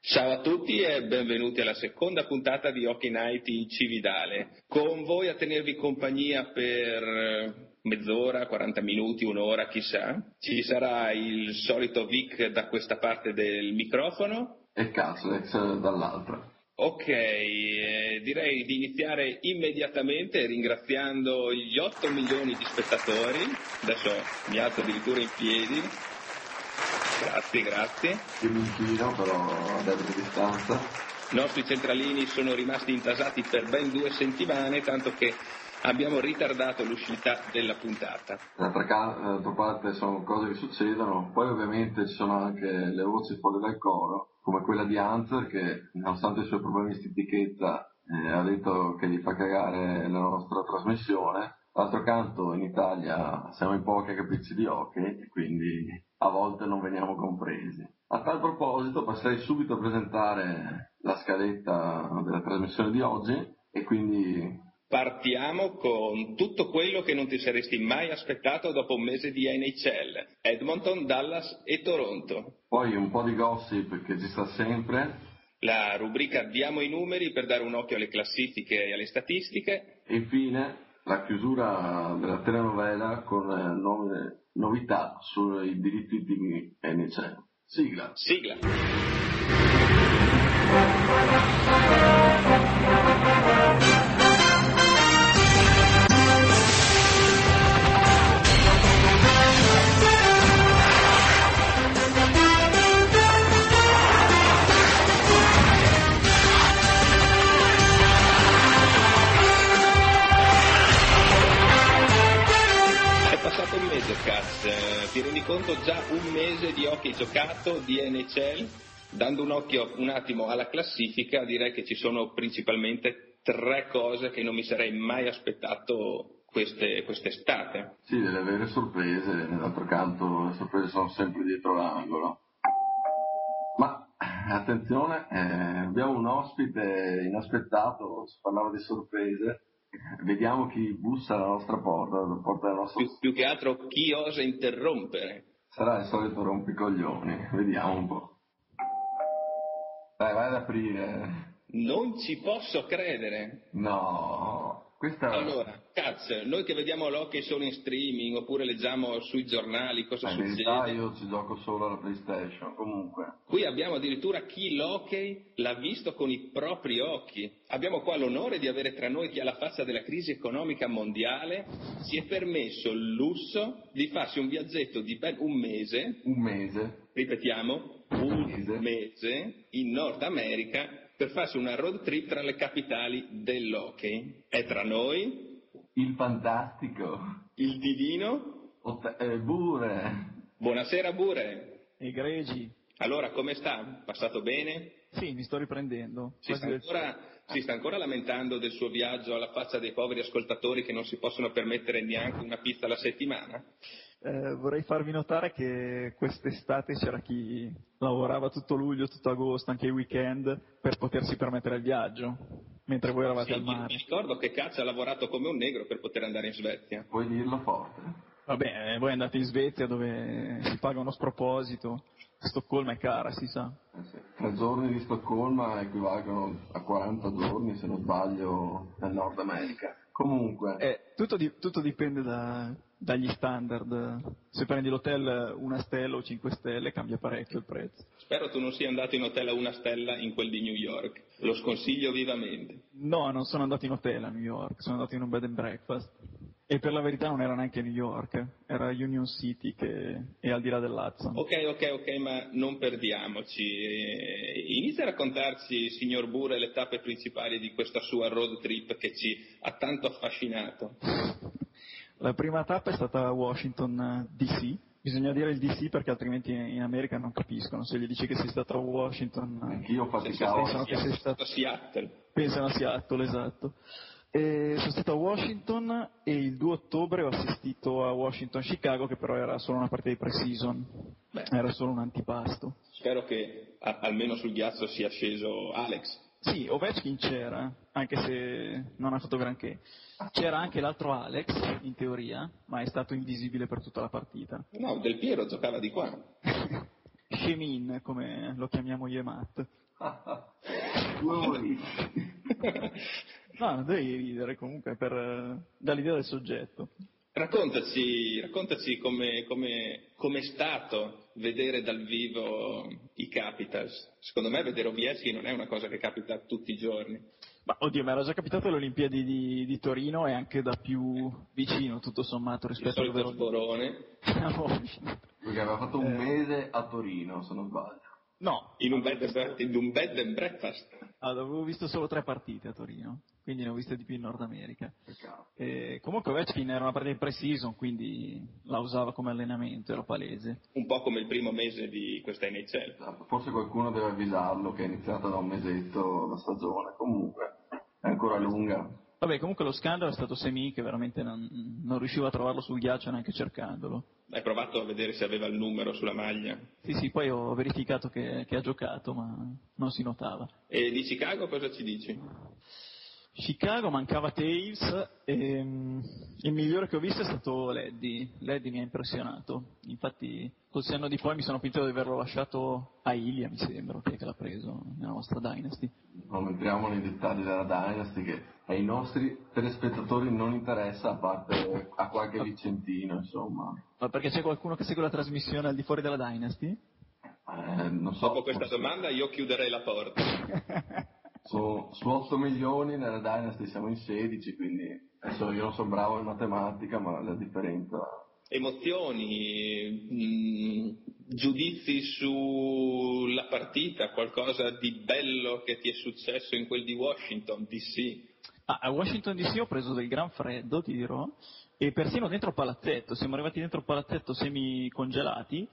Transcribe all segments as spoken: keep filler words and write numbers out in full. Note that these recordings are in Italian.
Ciao a tutti e benvenuti alla seconda puntata di Hockey Night in Cividale. Con voi a tenervi compagnia per mezz'ora, quaranta minuti, un'ora, chissà. Ci sarà il solito Vic da questa parte del microfono. E Caslex dall'altra. Ok, eh, direi di iniziare immediatamente ringraziando gli otto milioni di spettatori. Adesso mi alzo addirittura in piedi. Grazie, grazie. Io mi inchino però a breve distanza. I nostri centralini sono rimasti intasati per ben due settimane, tanto che abbiamo ritardato l'uscita della puntata. D'altra, ca- d'altra parte sono cose che succedono, poi ovviamente ci sono anche le voci fuori dal coro, come quella di Hunter che, nonostante i suoi problemi di stitichezza, eh, ha detto che gli fa cagare la nostra trasmissione. D'altro canto in Italia siamo in pochi a capirci di hockey e quindi a volte non veniamo compresi. A tal proposito passerei subito a presentare la scaletta della trasmissione di oggi e quindi partiamo con tutto quello che non ti saresti mai aspettato dopo un mese di N H L: Edmonton, Dallas e Toronto. Poi un po' di gossip che ci sta sempre. La rubrica Diamo i numeri per dare un occhio alle classifiche e alle statistiche. E infine la chiusura della telenovela con nuove novità sui diritti di N H L. Sigla. Sigla. Passato un mese, Caz, ti rendi conto? Già un mese di hockey giocato, di N H L. Dando un occhio un attimo alla classifica, direi che ci sono principalmente tre cose che non mi sarei mai aspettato queste, quest'estate. Sì, delle vere sorprese, d'altro canto le sorprese sono sempre dietro l'angolo. Ma attenzione, eh, abbiamo un ospite inaspettato, si parlava di sorprese. Vediamo chi bussa alla nostra porta, alla porta della nostra... Più, più che altro chi osa interrompere. Sarà il solito rompicoglioni, vediamo un po'. Dai, vai ad aprire. Non ci posso credere. No, questa... Allora, cazzo, noi che vediamo l'hockey solo in streaming oppure leggiamo sui giornali cosa in succede. verità io ci gioco solo alla PlayStation, comunque. Qui abbiamo addirittura chi l'hockey l'ha visto con i propri occhi. Abbiamo qua l'onore di avere tra noi chi alla faccia della crisi economica mondiale si è permesso il lusso di farsi un viaggetto di ben un mese. Un mese. Ripetiamo, un mese, mese in Nord America per farsi una road trip tra le capitali dell'hockey. È tra noi il fantastico, il divino Ot- eh, Bure. Buonasera Bure. Egregi. Allora, come sta? Passato bene? Sì, mi sto riprendendo. Si sta, ancora, si sta ancora lamentando del suo viaggio alla faccia dei poveri ascoltatori che non si possono permettere neanche una pizza alla settimana? Eh, vorrei farvi notare che quest'estate c'era chi lavorava tutto luglio, tutto agosto, anche i weekend, per potersi permettere il viaggio, mentre voi eravate sì, al mare. Mi ricordo che Cazzo ha lavorato come un negro per poter andare in Svezia. Puoi dirlo forte. Vabbè, voi andate in Svezia dove si paga uno sproposito. Stoccolma è cara, si sa. Eh sì. Tre giorni di Stoccolma equivalgono a quaranta giorni, se non sbaglio, nel Nord America. Comunque... Eh, tutto, di, tutto dipende da, dagli standard. Se prendi l'hotel una stella o cinque stelle cambia parecchio il prezzo. Spero tu non sia andato in hotel a una stella in quel di New York. Lo sconsiglio vivamente. No, non sono andato in hotel a New York, sono andato in un bed and breakfast. E per la verità non era neanche New York, era Union City che è al di là dell'Hudson. Ok, ok, ok, ma non perdiamoci. Inizia a raccontarci, signor Bure, le tappe principali di questa sua road trip che ci ha tanto affascinato. La prima tappa è stata a Washington D C. Bisogna dire il D C perché altrimenti in America non capiscono. Se gli dici che sei stato a Washington, anch'io faticavo. Pensano che sei stato Pensano a Seattle, esatto. E sono stato a Washington e il due ottobre ho assistito a Washington-Chicago, che però era solo una partita di pre-season. Beh, era solo un antipasto. Spero che a, almeno sul ghiaccio sia sceso Alex. Sì, Ovechkin c'era, anche se non ha fatto granché. C'era anche l'altro Alex, in teoria, ma è stato invisibile per tutta la partita. No, Del Piero giocava di qua. Shemin, come lo chiamiamo io e Matt. No, non devi ridere comunque per, dall'idea del soggetto. Raccontaci, raccontaci come, come, come è stato vedere dal vivo i Capitals. Secondo me vedere Ovechkin non è una cosa che capita tutti i giorni. Ma oddio, mi era già capitato alle Olimpiadi di, di Torino e anche da più vicino, tutto sommato, rispetto al vero sborone. Perché aveva fatto un eh. mese a Torino, se non sbaglio. No. In un, bed, visto... in un bed and breakfast. Ah, avevo visto solo tre partite a Torino, quindi ne ho viste di più in Nord America. E comunque Ovechkin era una partita di pre-season, quindi la usava come allenamento, era palese. Un po' come il primo mese di questa N H L. Forse qualcuno deve avvisarlo che è iniziata da un mesetto la stagione, comunque è ancora lunga. Vabbè, comunque lo scandalo è stato Semi, che veramente non, non riusciva a trovarlo sul ghiaccio neanche cercandolo. Hai provato a vedere se aveva il numero sulla maglia? Sì, sì, poi ho verificato che, che ha giocato, ma non si notava. E di Chicago cosa ci dici? Chicago mancava Taves e um, il migliore che ho visto è stato Leddy. Leddy mi ha impressionato, infatti col senno di poi mi sono pentito di averlo lasciato a Ilya, mi sembra, che l'ha preso nella nostra Dynasty. Non entriamo nei dettagli della Dynasty che ai nostri telespettatori non interessa, a parte a qualche vicentino, insomma. Ma perché c'è qualcuno che segue la trasmissione al di fuori della Dynasty? Eh, non so. Dopo questa forse... domanda io chiuderei la porta. Su, su otto milioni nella Dynasty siamo in sedici, quindi adesso io non sono bravo in matematica, ma la differenza... Emozioni, mh, giudizi sulla partita, qualcosa di bello che ti è successo in quel di Washington D C? Ah, a Washington D C ho preso del gran freddo, ti dirò, e persino dentro palazzetto, siamo arrivati dentro palazzetto semi congelati,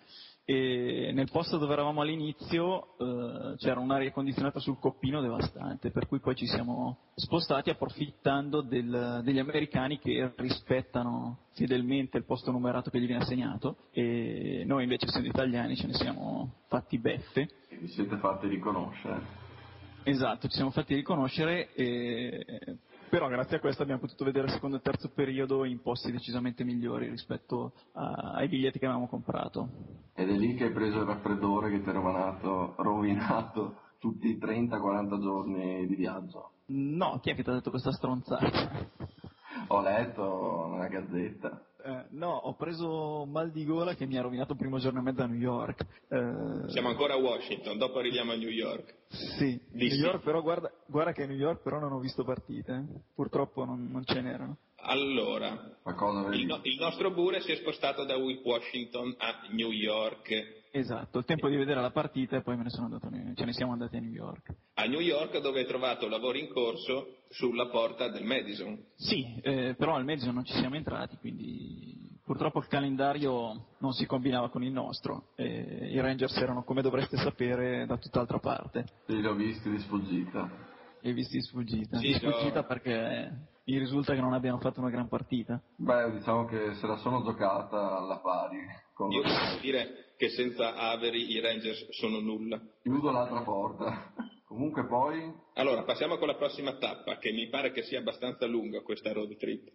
e nel posto dove eravamo all'inizio eh, c'era un'aria condizionata sul coppino devastante, per cui poi ci siamo spostati approfittando del, degli americani che rispettano fedelmente il posto numerato che gli viene assegnato, e noi invece, essendo italiani, ce ne siamo fatti beffe. E vi siete fatti riconoscere. Esatto, ci siamo fatti riconoscere, e... però grazie a questo abbiamo potuto vedere il secondo e terzo periodo in posti decisamente migliori rispetto a... ai biglietti che avevamo comprato. Ed è lì che hai preso il raffreddore che ti è rovinato, rovinato tutti i trenta quaranta giorni di viaggio? No, chi è che ti ha detto questa stronzata? Ho letto nella gazzetta. Eh, no, ho preso mal di gola che mi ha rovinato il primo giorno e mezzo a New York. Eh... Siamo ancora a Washington, dopo arriviamo a New York. Sì, New York però, guarda, guarda che a New York però non ho visto partite, eh. Purtroppo non, non ce n'erano. Allora, il, no, il nostro Bure si è spostato da Washington a New York. Esatto, il tempo di vedere la partita e poi me ne sono andato, ce ne siamo andati a New York. A New York, dove hai trovato lavori in corso sulla porta del Madison. Sì, eh, però al Madison non ci siamo entrati, quindi purtroppo il calendario non si combinava con il nostro. E i Rangers erano, come dovreste sapere, da tutt'altra parte. Sì, li ho visti di sfuggita. Li ho visti di sfuggita? Sì, di sfuggita no. Perché mi risulta che non abbiano fatto una gran partita. Beh, diciamo che se la sono giocata alla pari. Con Io devo dire che senza Avery i Rangers sono nulla. Chiudo l'altra porta. Comunque poi... Allora, passiamo con la prossima tappa, che mi pare che sia abbastanza lunga questa road trip.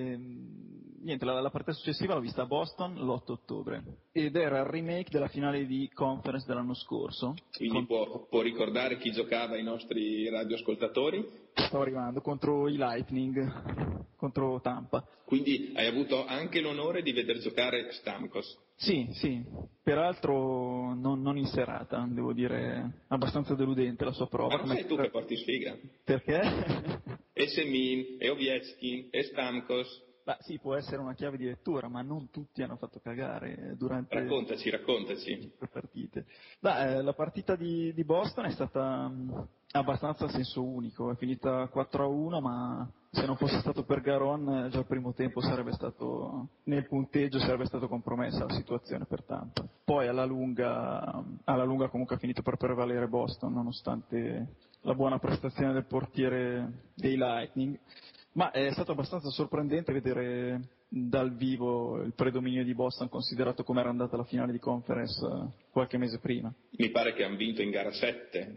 Ehm, niente, la, la partita successiva l'ho vista a Boston l'otto ottobre. Ed era il remake della finale di conference dell'anno scorso. Quindi con... può, può ricordare chi giocava ai nostri radioascoltatori? Stavo arrivando, contro i Lightning, contro Tampa. Quindi hai avuto anche l'onore di veder giocare Stamkos? Sì, sì, peraltro non, non in serata, devo dire, abbastanza deludente la sua prova. Ma non sei tu che porti sfiga? Perché? E Semin, e Ovechkin, e Stamkos. Beh, sì, può essere una chiave di lettura, ma non tutti hanno fatto cagare durante raccontaci, raccontaci. le partite. Beh, la partita di, di Boston è stata um, abbastanza a senso unico, è finita quattro a uno, ma se non fosse stato per Garon già al primo tempo sarebbe stato, nel punteggio sarebbe stato compromessa la situazione per Tampa. Poi alla lunga, alla lunga comunque ha finito per prevalere Boston, nonostante la buona prestazione del portiere dei Lightning. Ma è stato abbastanza sorprendente vedere dal vivo il predominio di Boston, considerato come era andata la finale di conference qualche mese prima. Mi pare che hanno vinto in gara sette.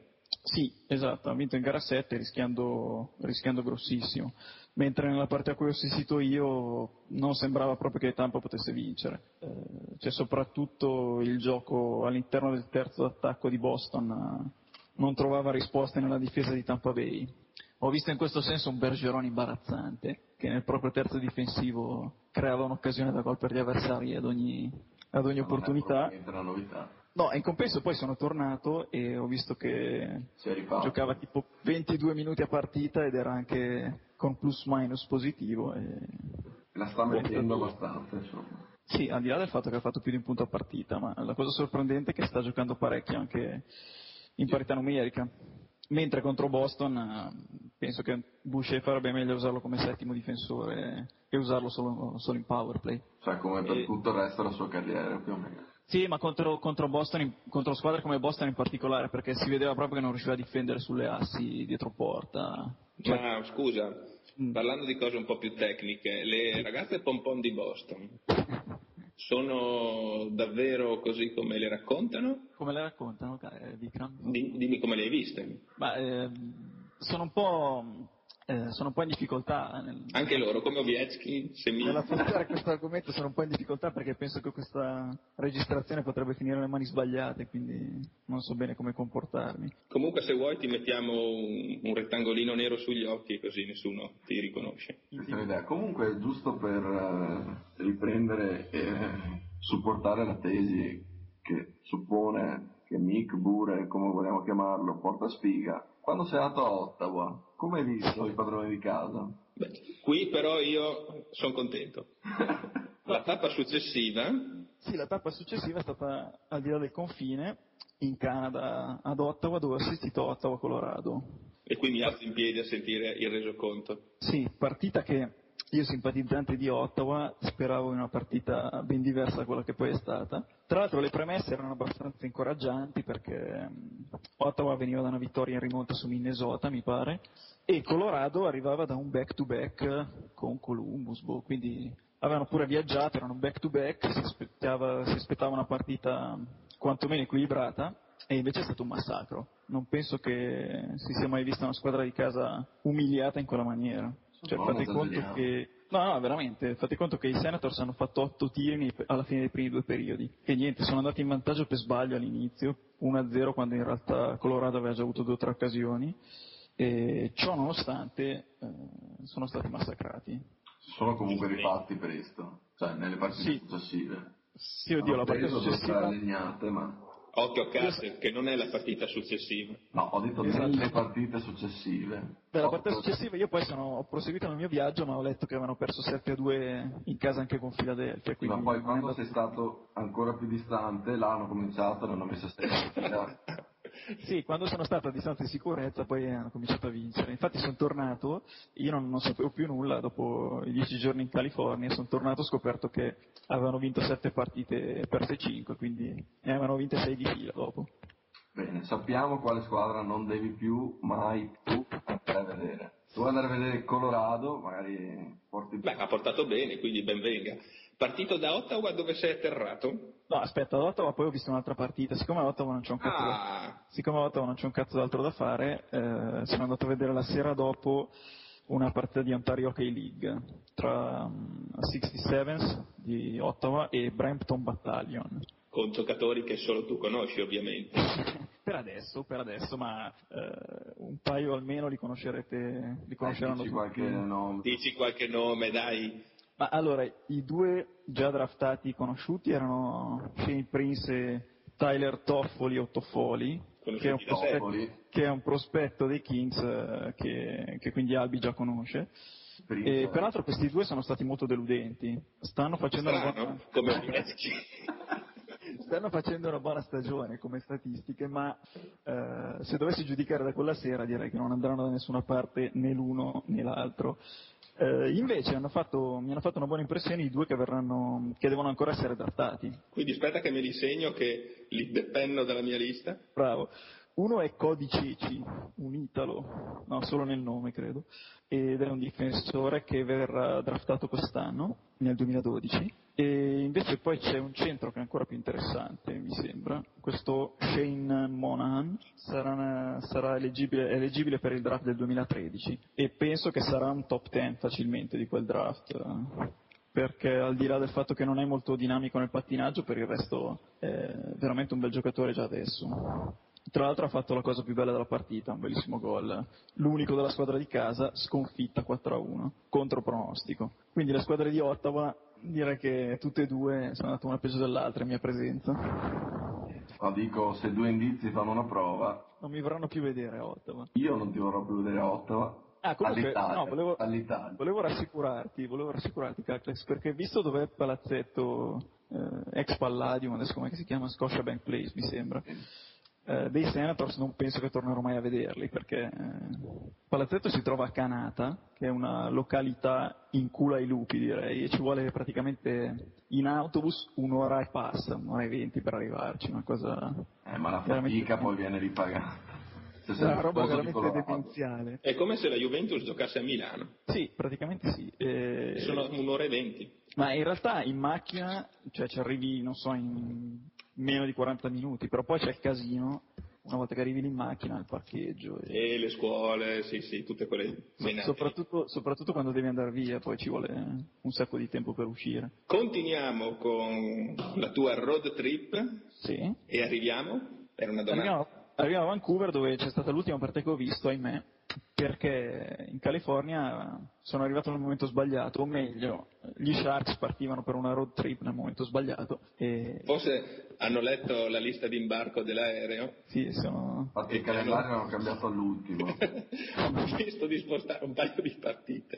Sì, esatto, ha vinto in gara sette rischiando, rischiando grossissimo, mentre nella partita a cui ho assistito io non sembrava proprio che Tampa potesse vincere. Eh, c'è soprattutto il gioco all'interno del terzo attacco di Boston, eh, non trovava risposte nella difesa di Tampa Bay. Ho visto in questo senso un Bergeron imbarazzante, che nel proprio terzo difensivo creava un'occasione da gol per gli avversari ad ogni, ad ogni Ma opportunità. Non è proprio una novità. No, in compenso poi sono tornato e ho visto che giocava tipo ventidue minuti a partita ed era anche con plus minus positivo. E... La sta mettendo abbastanza, insomma. Sì, al di là del fatto che ha fatto più di un punto a partita, ma la cosa sorprendente è che sta giocando parecchio anche in parità numerica. Mentre contro Boston penso che Boucher farebbe meglio usarlo come settimo difensore e usarlo solo, solo in power play. Cioè come per e... tutto il resto della sua carriera più o meno. Sì, ma contro, contro Boston, contro squadre come Boston in particolare, perché si vedeva proprio che non riusciva a difendere sulle assi dietro porta. Cioè... Ma scusa, mm. parlando di cose un po' più tecniche, le ragazze pompon di Boston sono davvero così come le raccontano? Come le raccontano, eh, Vikram? Dimmi come le hai viste. Ma, eh, sono un po'... Eh, sono un po' in difficoltà. Nel... Anche loro, come Ovechkin, Semino. Nell'affrontare questo argomento sono un po' in difficoltà perché penso che questa registrazione potrebbe finire nelle mani sbagliate, quindi non so bene come comportarmi. Comunque se vuoi ti mettiamo un, un rettangolino nero sugli occhi così nessuno ti riconosce. Questa è l'idea. Comunque giusto per uh, riprendere e supportare la tesi che suppone che Mick Bure, come vogliamo chiamarlo, porta sfiga. Quando sei andato a Ottawa, come hai visto i padroni di casa? Beh, qui però io sono contento. La tappa successiva? Sì, la tappa successiva è stata al di là del confine, in Canada, ad Ottawa, dove ho assistito a Ottawa, Colorado. E qui mi alzo in piedi a sentire il resoconto. Sì, partita che io simpatizzante di Ottawa speravo in una partita ben diversa da quella che poi è stata. Tra l'altro le premesse erano abbastanza incoraggianti perché Ottawa veniva da una vittoria in rimonta su Minnesota, mi pare, e Colorado arrivava da un back-to-back con Columbus, boh, quindi avevano pure viaggiato, erano back-to-back, si aspettava, si aspettava una partita quantomeno equilibrata e invece è stato un massacro. Non penso che si sia mai vista una squadra di casa umiliata in quella maniera. Cioè, no, fate conto che no, no, veramente, fate conto che i Senators hanno fatto otto tiri alla fine dei primi due periodi e niente, sono andati in vantaggio per sbaglio all'inizio, uno a zero quando in realtà Colorado aveva già avuto due o tre occasioni e ciò nonostante eh, sono stati massacrati. Sono comunque rifatti presto, cioè nelle partite sì. successive. Sì, oddio, la partita successiva legnate, ma occhio a Carter, che non è la partita successiva. No, ho detto esatto. Nelle partite successive. Per la partita successiva io poi sono, ho proseguito nel mio viaggio, ma ho letto che avevano perso sette a due in casa anche con Philadelphia. Ma poi quando sei stato ancora più distante, là hanno cominciato, l'hanno messo a stare. Sì, quando sono stato a distanza di sicurezza poi hanno cominciato a vincere. Infatti sono tornato, io non, non sapevo più nulla dopo i dieci giorni in California, sono tornato e ho scoperto che avevano vinto sette partite e perse cinque, quindi ne avevano vinte sei di fila dopo. Bene, sappiamo quale squadra non devi più, mai più andare a vedere. Tu vuoi andare a vedere Colorado, magari porti... Beh, ha portato bene, quindi ben venga. Partito da Ottawa, dove sei atterrato? No, aspetta, ad Ottawa poi ho visto un'altra partita, siccome a Ottawa non c'è un cazzo, ah. da... siccome a Ottawa non c'è un cazzo d'altro da fare, eh, sono andato a vedere la sera dopo una partita di Ontario Hockey League tra um, sessantasette di Ottawa e Brampton Battalion. Con giocatori che solo tu conosci, ovviamente. Per adesso, per adesso, ma eh, un paio almeno li conoscerete, li conosceranno eh, dici tutti. Qualche nome. Dici qualche nome, dai. Ma allora, i due già draftati conosciuti erano Shane Prince e Tyler Toffoli o Toffoli, che è, un prospetto, che è un prospetto dei Kings eh, che, che quindi Albi già conosce. Prince. E peraltro questi due sono stati molto deludenti. Stanno facendo Strano, una buona... come Stanno facendo una buona stagione come statistiche, ma eh, se dovessi giudicare da quella sera direi che non andranno da nessuna parte né l'uno né l'altro. Eh, invece hanno fatto, mi hanno fatto una buona impressione i due che verranno, che devono ancora essere draftati. Quindi aspetta che me li segno, che li depenno dalla mia lista. Bravo. Uno è Cody Ceci, un italo, no, solo nel nome credo, ed è un difensore che verrà draftato quest'anno, nel duemiladodici, e invece poi c'è un centro che è ancora più interessante, mi sembra, questo Shane Monahan sarà, sarà eleggibile, eleggibile per il draft del duemilatredici e penso che sarà un top dieci facilmente di quel draft, perché al di là del fatto che non è molto dinamico nel pattinaggio, per il resto è veramente un bel giocatore già adesso. Tra l'altro ha fatto la cosa più bella della partita, un bellissimo gol, l'unico della squadra di casa, sconfitta quattro a uno, contro pronostico. Quindi le squadre di Ottawa, direi che tutte e due sono andate una peggio dell'altra in mia presenza. Ma dico, se due indizi fanno una prova... Non mi vorranno più vedere a Ottawa. Io non ti vorrò più vedere a Ottawa. Ah, comunque, all'Italia, no, volevo, all'Italia. volevo rassicurarti, volevo rassicurarti, Cacles, perché visto dov'è il palazzetto eh, ex Palladium, adesso come si chiama, Scotiabank Place, mi sembra, eh, dei Senators non penso che tornerò mai a vederli, perché eh, il palazzetto si trova a Kanata, che è una località in culo ai lupi, direi, e ci vuole praticamente in autobus un'ora e passa, un'ora e venti per arrivarci, una cosa... Eh, ma la veramente... fatica poi viene ripagata. È una roba veramente demenziale. È come se la Juventus giocasse a Milano. Sì, praticamente sì. Eh... Sono un'ora e venti. Ma in realtà in macchina, cioè ci arrivi, non so, in meno di quaranta minuti, però poi c'è il casino, una volta che arrivi in macchina, il parcheggio. E, e le scuole, sì, sì, tutte quelle menate. Soprattutto, soprattutto quando devi andare via, poi ci vuole un sacco di tempo per uscire. Continuiamo con la tua road trip. Sì. E arriviamo? Era una domanda. Arriviamo, arriviamo a Vancouver, dove c'è stata l'ultima partita che ho visto, ahimè, perché in California sono arrivato nel momento sbagliato, o meglio, gli Sharks partivano per una road trip nel momento sbagliato. E... Forse hanno letto la lista di imbarco dell'aereo. Sì, sono... Infatti il calendario hanno cambiato all'ultimo. Ho visto di spostare un paio di partite.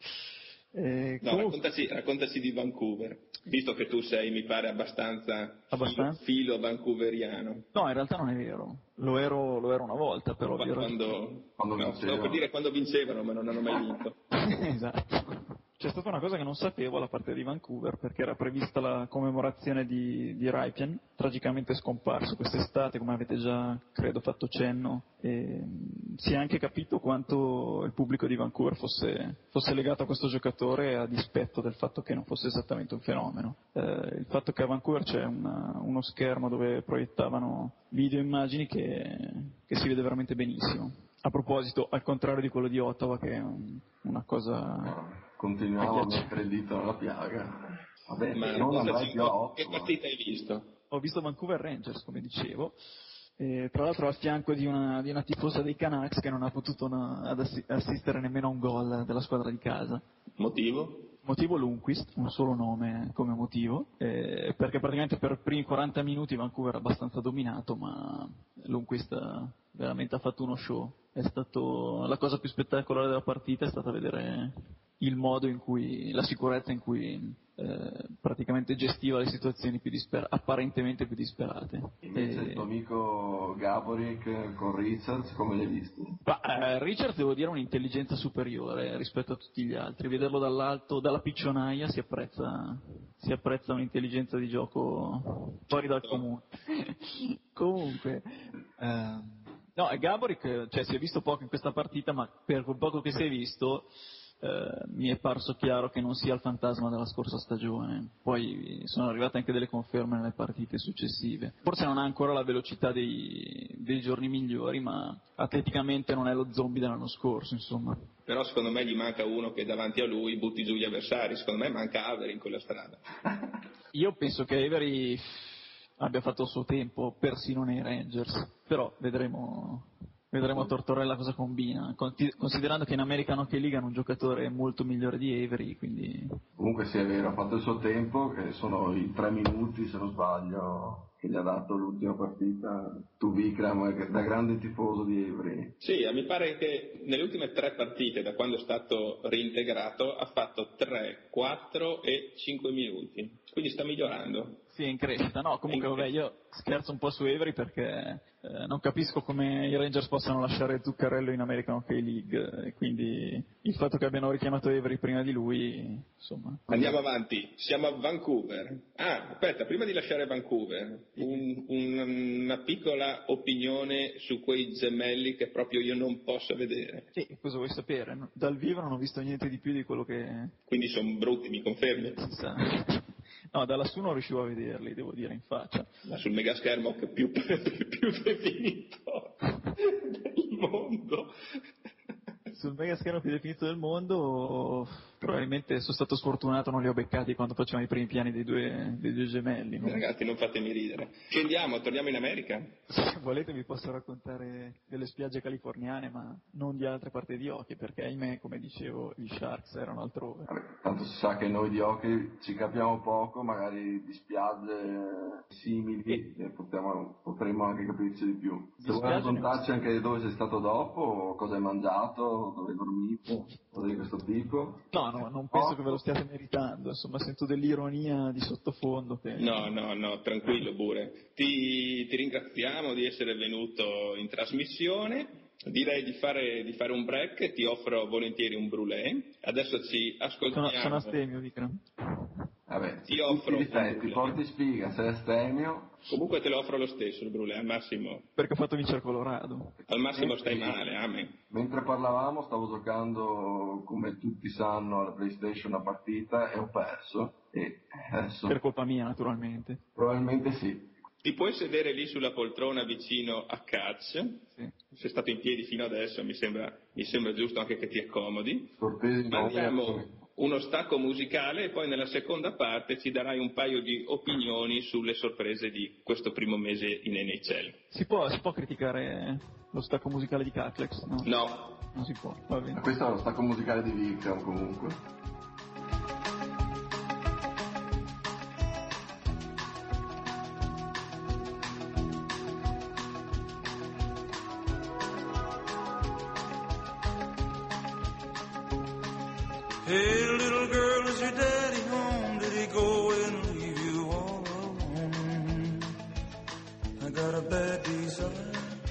Eh, no, comunque... raccontaci, raccontaci di Vancouver, visto che tu sei, mi pare, abbastanza, abbastanza? filo, filo vancouveriano. No, in realtà non è vero, lo ero, lo ero una volta, però... Quando, quando, quando no, vincevano. per dire quando vincevano, ma non hanno mai vinto. Esatto. C'è stata una cosa che non sapevo alla parte di Vancouver, perché era prevista la commemorazione di, di Rypien, tragicamente scomparso quest'estate, come avete già, credo, fatto cenno, e si è anche capito quanto il pubblico di Vancouver fosse, fosse legato a questo giocatore, a dispetto del fatto che non fosse esattamente un fenomeno. Eh, il fatto che a Vancouver c'è una, uno schermo dove proiettavano video e immagini che, che si vede veramente benissimo. A proposito, al contrario di quello di Ottawa, che è un, una cosa... No, continuiamo a mettere il dito nella piaga. Vabbè, ma non andrai più a Ottawa. Che partita hai visto? Ho visto Vancouver Rangers, come dicevo, e tra l'altro al fianco di una, di una tifosa dei Canucks che non ha potuto una, ad assi- assistere nemmeno a un gol della squadra di casa. Motivo? Motivo Lundqvist, un solo nome come motivo, eh, perché praticamente per i primi quaranta minuti Vancouver ha abbastanza dominato, ma Lundqvist veramente ha fatto uno show. È stato la cosa più spettacolare della partita è stata vedere il modo in cui, la sicurezza in cui eh, praticamente gestiva le situazioni più disper- apparentemente più disperate. Invece e... il tuo amico Gaborik con Richards, come l'hai visto? Ma, eh, Richards, devo dire, ha un'intelligenza superiore rispetto a tutti gli altri. Vederlo dall'alto, dalla piccionaia, si apprezza, si apprezza un'intelligenza di gioco fuori dal comune. Comunque, ehm, no, Gaborik, cioè, si è visto poco in questa partita, ma per quel poco che si è visto eh, mi è parso chiaro che non sia il fantasma della scorsa stagione. Poi sono arrivate anche delle conferme nelle partite successive. Forse non ha ancora la velocità dei, dei giorni migliori, ma atleticamente non è lo zombie dell'anno scorso, insomma. Però secondo me gli manca uno che davanti a lui butti giù gli avversari. Secondo me manca Avery in quella strada. Io penso che Avery abbia fatto il suo tempo persino nei Rangers, però vedremo, vedremo a Tortorella cosa combina, considerando che in American Hockey League hanno un giocatore molto migliore di Avery, quindi... Comunque sì, è vero, ha fatto il suo tempo, che sono i tre minuti, se non sbaglio, che gli ha dato l'ultima partita. Tu, Vikram, da grande tifoso di Avery. Sì, mi pare che nelle ultime tre partite, da quando è stato reintegrato, ha fatto tre, quattro e cinque minuti, quindi sta migliorando. Sì, è in crescita. No, comunque vabbè, io scherzo un po' su Avery perché eh, non capisco come i Rangers possano lasciare Zuccarello in American Hockey League, e quindi il fatto che abbiano richiamato Avery prima di lui, insomma... Andiamo avanti, siamo a Vancouver. Ah, aspetta, prima di lasciare Vancouver, un, un, una piccola opinione su quei gemelli che proprio io non posso vedere. Sì, cosa vuoi sapere? Dal vivo non ho visto niente di più di quello che... Quindi sono brutti, mi confermi? Si sa. No, da lassù non riuscivo a vederli, devo dire, in faccia. Ma sul megaschermo che più, più definito del mondo. Sul mega schermo più definito del mondo probabilmente sono stato sfortunato, non li ho beccati quando facevamo i primi piani dei due, dei due gemelli. No? Ragazzi, non fatemi ridere. Scendiamo, torniamo in America? Se volete vi posso raccontare delle spiagge californiane, ma non di altre parti di hockey, perché ahimè, come dicevo, gli Sharks erano altrove. Vabbè, tanto si sa che noi di hockey ci capiamo poco, magari di spiagge simili e potremmo, potremmo anche capirci di più. Se vuoi raccontarci anche dove sei stato dopo, cosa hai mangiato, dove hai dormito, cose di questo tipo? No, no, non penso oh. che ve lo stiate meritando, insomma sento dell'ironia di sottofondo. Che... No, no, no, tranquillo pure. Ti, ti ringraziamo di essere venuto in trasmissione. Direi di fare, di fare un break e ti offro volentieri un brûlé. Adesso ci ascoltiamo. Sono, sono astemio, Vikram. Vabbè, ti offro i difetti, porti spiga, sei astemio. Comunque te lo offro lo stesso il brûlé, al massimo. Perché ho fatto vincere Colorado. Al massimo stai male, amen. Mentre parlavamo stavo giocando, come tutti sanno, alla PlayStation una partita e ho perso. E adesso... Per colpa mia, naturalmente. Probabilmente sì. Ti puoi sedere lì sulla poltrona vicino a Catch? Sì. Sei stato in piedi fino adesso, mi sembra, mi sembra giusto anche che ti accomodi. Cortesi, Mandiamo uno stacco musicale e poi nella seconda parte ci darai un paio di opinioni sulle sorprese di questo primo mese in N H L. Si può, si può criticare lo stacco musicale di Catlex? No. No. Non si può, va bene. Ma questo è lo stacco musicale di Vikram comunque. Hey, little girl, is your daddy home? Did he go and leave you all alone? I got a bad desire.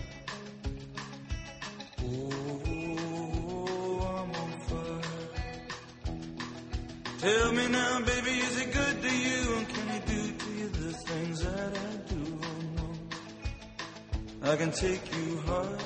Oh, I'm on fire. Tell me now, baby, is he good to you? And can he do to you the things that I do? Oh, no. I can take you high.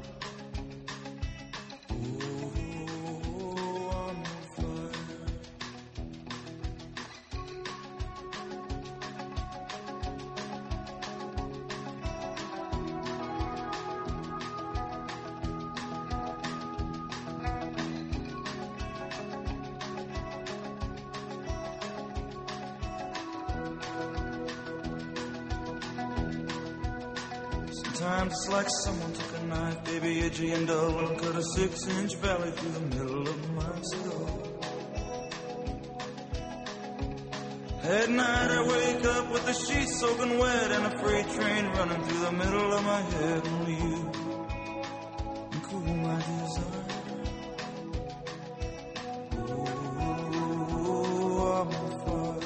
Sometimes it's like someone took a knife, baby, edgy and dull, and cut a six-inch valley through the middle of my skull. At night I wake up with the sheets soaking wet and a freight train running through the middle of my head. Only you can cool my desire. Oh, I'm on fire.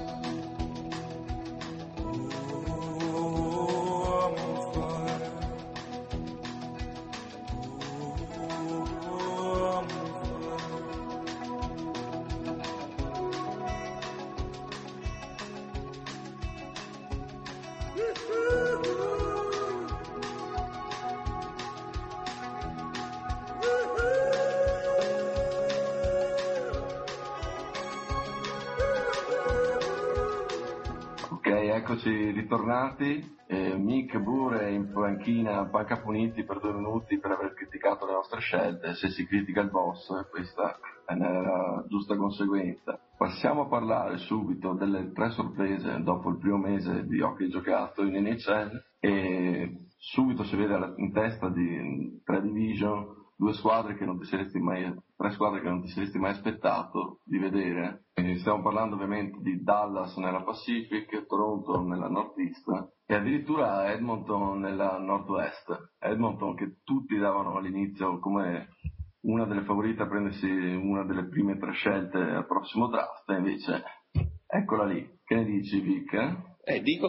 Eccoci ritornati, eh, Mick Bure in panchina, banca puniti per due minuti per aver criticato le nostre scelte. Se si critica il boss, questa è la giusta conseguenza. Passiamo a parlare subito delle tre sorprese dopo il primo mese di hockey giocato in N H L e subito si vede in testa di tre division due squadre che non ti saresti mai, tre squadre che non ti saresti mai aspettato di vedere. E stiamo parlando ovviamente di Dallas nella Pacific, Toronto nella Northeast e addirittura Edmonton nella Northwest. Edmonton che tutti davano all'inizio come una delle favorite a prendersi una delle prime tre scelte al prossimo draft, e invece eccola lì. Che ne dici, Vic? Eh, dico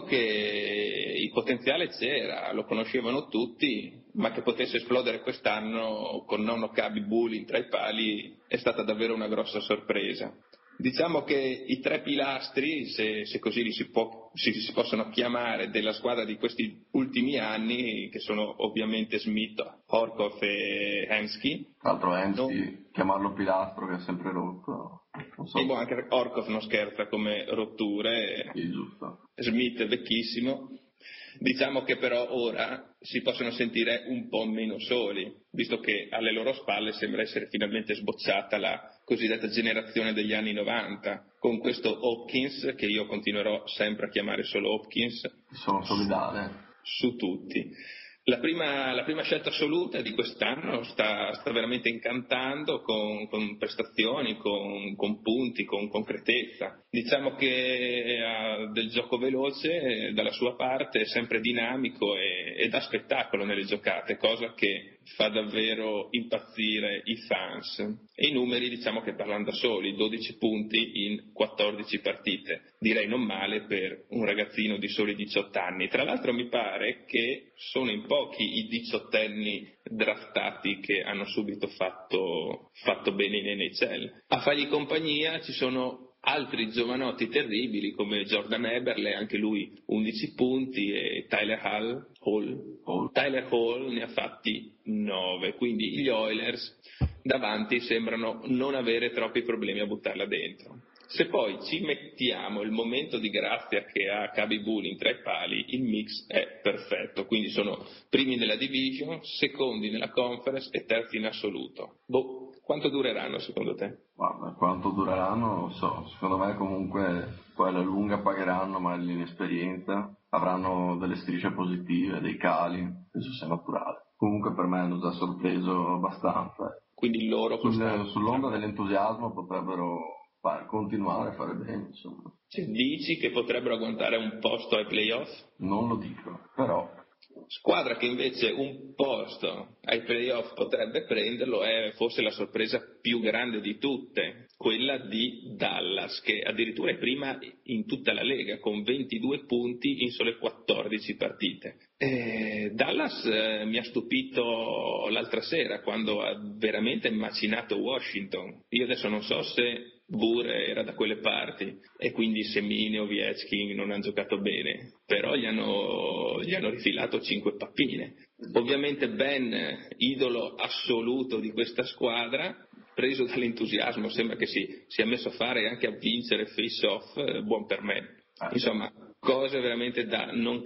che il potenziale c'era, lo conoscevano tutti, ma che potesse esplodere quest'anno con Nono Khabibulin tra i pali è stata davvero una grossa sorpresa. Diciamo che i tre pilastri, se, se così li si, può, si, si possono chiamare, della squadra di questi ultimi anni, che sono ovviamente Smith, Horkoff e Hemsky. Tra l'altro Hemsky, no. chiamarlo pilastro che ha sempre rotto, non so. E anche Horkoff non scherza come rotture. Sì, giusto. Smith è vecchissimo. Diciamo che però ora si possono sentire un po' meno soli, visto che alle loro spalle sembra essere finalmente sbocciata la cosiddetta generazione degli anni novanta, con questo Hopkins, che io continuerò sempre a chiamare solo Hopkins, sono solidale su tutti. La prima, la prima scelta assoluta di quest'anno sta, sta veramente incantando con, con prestazioni, con, con punti, con concretezza. Diciamo che ha del gioco veloce dalla sua parte, è sempre dinamico e, e dà spettacolo nelle giocate, cosa che fa davvero impazzire i fans. E i numeri diciamo che parlano da soli, dodici punti in quattordici partite. Direi non male per un ragazzino di soli diciotto anni. Tra l'altro mi pare che sono in pochi i diciottenni draftati che hanno subito fatto, fatto bene in N H L. A fargli compagnia ci sono altri giovanotti terribili come Jordan Eberle, anche lui undici punti, e Tyler Hall, Hall, Hall. Tyler Hall ne ha fatti nove, quindi gli Oilers davanti sembrano non avere troppi problemi a buttarla dentro. Se poi ci mettiamo il momento di grazia che ha Khabibulin tra i pali, il mix è perfetto, quindi sono primi nella division, secondi nella conference e terzi in assoluto. Boh, quanto dureranno secondo te? Guarda, quanto dureranno non so, secondo me comunque poi alla lunga pagheranno, ma l'inesperienza, avranno delle strisce positive, dei cali, penso sia naturale. Comunque per me hanno già sorpreso abbastanza. Quindi loro Sul, sull'onda dell'entusiasmo potrebbero fare, continuare a fare bene, insomma. Cioè, dici che potrebbero agguantare un posto ai playoff? Non lo dico, però. Squadra che invece un posto ai playoff potrebbe prenderlo è forse la sorpresa più grande di tutte, quella di Dallas, che addirittura è prima in tutta la Lega con ventidue punti in sole quattordici partite. Eh, Dallas eh, mi ha stupito l'altra sera quando ha veramente macinato Washington. Io adesso non so se Bure era da quelle parti e quindi Semini o Ovechkin non hanno giocato bene, però gli hanno, gli hanno rifilato cinque pappine. Ovviamente Ben, idolo assoluto di questa squadra, preso dall'entusiasmo, sembra che si sia messo a fare e anche a vincere face-off, eh, buon per me. Insomma, cose veramente da non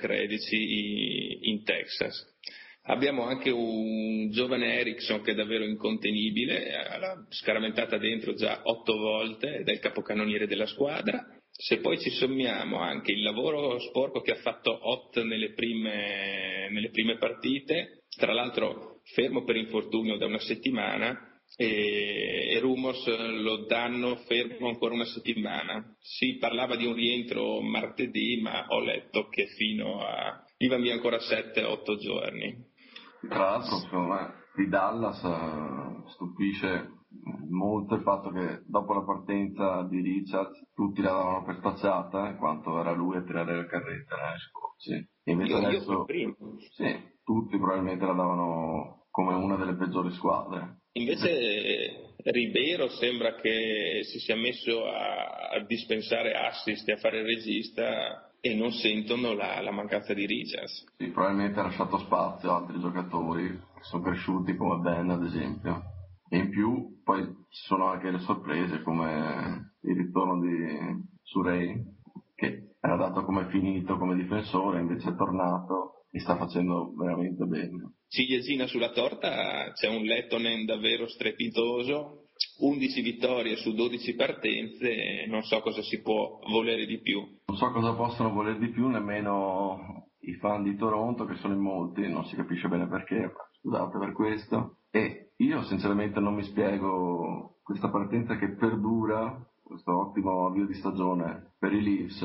crederci in Texas. Abbiamo anche un giovane Eriksson che è davvero incontenibile, l'ha scaramentata dentro già otto volte ed è il capocannoniere della squadra. Se poi ci sommiamo anche il lavoro sporco che ha fatto Ott nelle prime, nelle prime partite, tra l'altro fermo per infortunio da una settimana, e, e rumors lo danno fermo ancora una settimana. Si parlava di un rientro martedì, ma ho letto che fino a gli va via ancora sette otto giorni. Tra l'altro, secondo me, di Dallas uh, stupisce molto il fatto che dopo la partenza di Richards tutti la davano per spacciata, in quanto era lui a tirare la carretta negli scorsi. E invece io, adesso, io primo. Sì, tutti probabilmente la davano come una delle peggiori squadre. Invece Ribeiro sembra che si sia messo a, a dispensare assist e a fare il regista e non sentono la, la mancanza di Richards. Sì, probabilmente ha lasciato spazio a altri giocatori che sono cresciuti come Ben ad esempio, e in più poi ci sono anche le sorprese come il ritorno di Surrey, che era dato come finito come difensore, invece è tornato e sta facendo veramente bene. Ciliegina sulla torta, c'è un Lettonen davvero strepitoso, undici vittorie su dodici partenze, non so cosa si può volere di più. Non so cosa possono volere di più nemmeno i fan di Toronto, che sono in molti, non si capisce bene perché, ma scusate per questo. E io sinceramente non mi spiego questa partenza che perdura, questo ottimo avvio di stagione per i Leafs,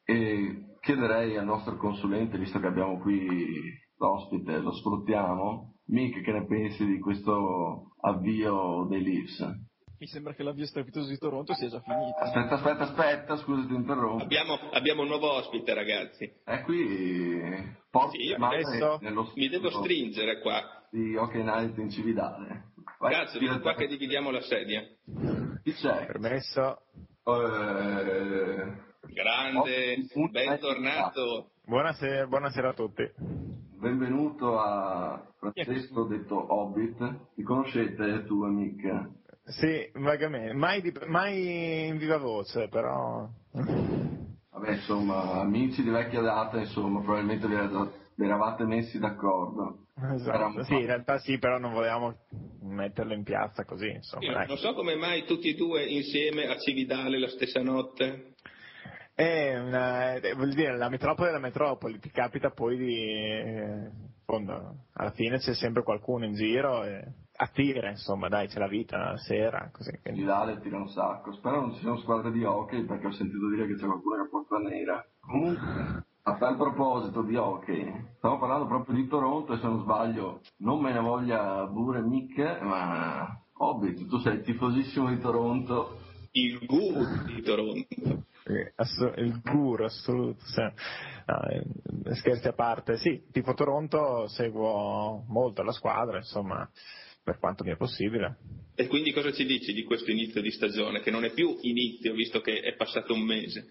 e chiederei al nostro consulente, visto che abbiamo qui l'ospite, lo sfruttiamo, Mick, che ne pensi di questo avvio dei Leafs? Mi sembra che l'avvio strepitoso di Toronto sia già finito. Aspetta, aspetta, aspetta, scusa ti interrompo. Abbiamo, abbiamo un nuovo ospite, ragazzi. È qui porta Sì, io male mi devo, nello mi devo studio stringere qua. di Hockey Night in Cividale. Vai, Cazzo, vieni qua che dividiamo la sedia. Chi c'è? Permesso. Eh, Grande, un- bentornato. Buonasera, buonasera a tutti. Benvenuto a Francesco detto Hobbit. Ti conoscete tu e Mick? Sì, vagamente, mai, di, mai in viva voce, però... Vabbè, insomma, amici di vecchia data, insomma, probabilmente vi era- vi eravate messi d'accordo. Esatto. Eravamo- Sì, in realtà sì, però non volevamo metterlo in piazza così, insomma. Io dai. non so come mai tutti e due insieme a Cividale la stessa notte. È una, eh, vuol dire, la metropoli è la metropoli, ti capita poi di... eh, in fondo, alla fine c'è sempre qualcuno in giro e attira, insomma, dai, c'è la vita, la sera, così. Quindi... Cividale tira un sacco. Spero non ci siano squadre di hockey perché ho sentito dire che c'è qualcuno che porta nera. Comunque, a tal proposito di hockey, stavo parlando proprio di Toronto e se non sbaglio, non me ne voglia pure Mick, ma Hobbit, tu sei tifosissimo di Toronto. Il guru di Toronto. Eh, ass- il guru assoluto, sì. No, eh, scherzi a parte, sì, tifo Toronto, seguo molto la squadra, insomma, per quanto mi è possibile. E quindi cosa ci dici di questo inizio di stagione, che non è più inizio visto che è passato un mese?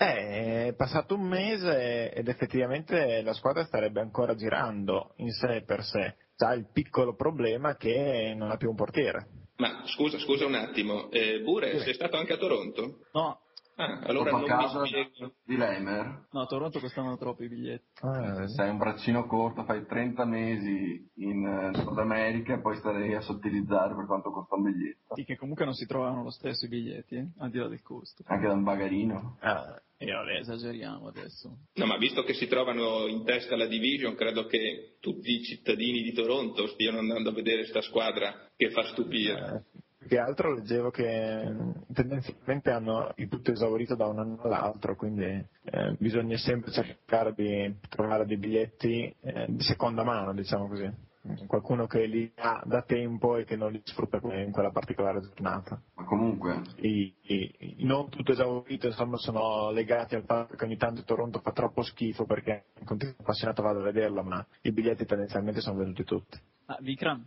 Eh, È passato un mese ed effettivamente la squadra starebbe ancora girando in sé per sé, ha il piccolo problema che non ha più un portiere. Ma scusa, scusa un attimo, eh, Bure, sei stato anche a Toronto? No, Ah, allora Dopo non a mi casa spiego. di Leimer. no, a Toronto costano troppo i biglietti. Ah, Sei un braccino corto, fai trenta mesi in eh, Nord America e poi starei a sottilizzare per quanto costa un biglietto. Sì, che comunque non si trovano lo stesso i biglietti, eh, al di là del costo. Anche da un bagarino. ah, E vabbè, esageriamo adesso. No, ma visto che si trovano in testa alla division, credo che tutti i cittadini di Toronto stiano andando a vedere sta squadra che fa stupire. eh, più che altro leggevo che mh, tendenzialmente hanno il tutto esaurito da un anno all'altro, quindi eh, bisogna sempre cercare di trovare dei biglietti eh, di seconda mano, diciamo così. Qualcuno che li ha da tempo e che non li sfrutta in quella particolare giornata. Ma comunque, I, i, i non tutto esaurito, insomma, sono legati al fatto che ogni tanto Toronto fa troppo schifo perché in continuo appassionato vado a vederlo, ma i biglietti tendenzialmente sono venuti tutti. Ah, Vikram,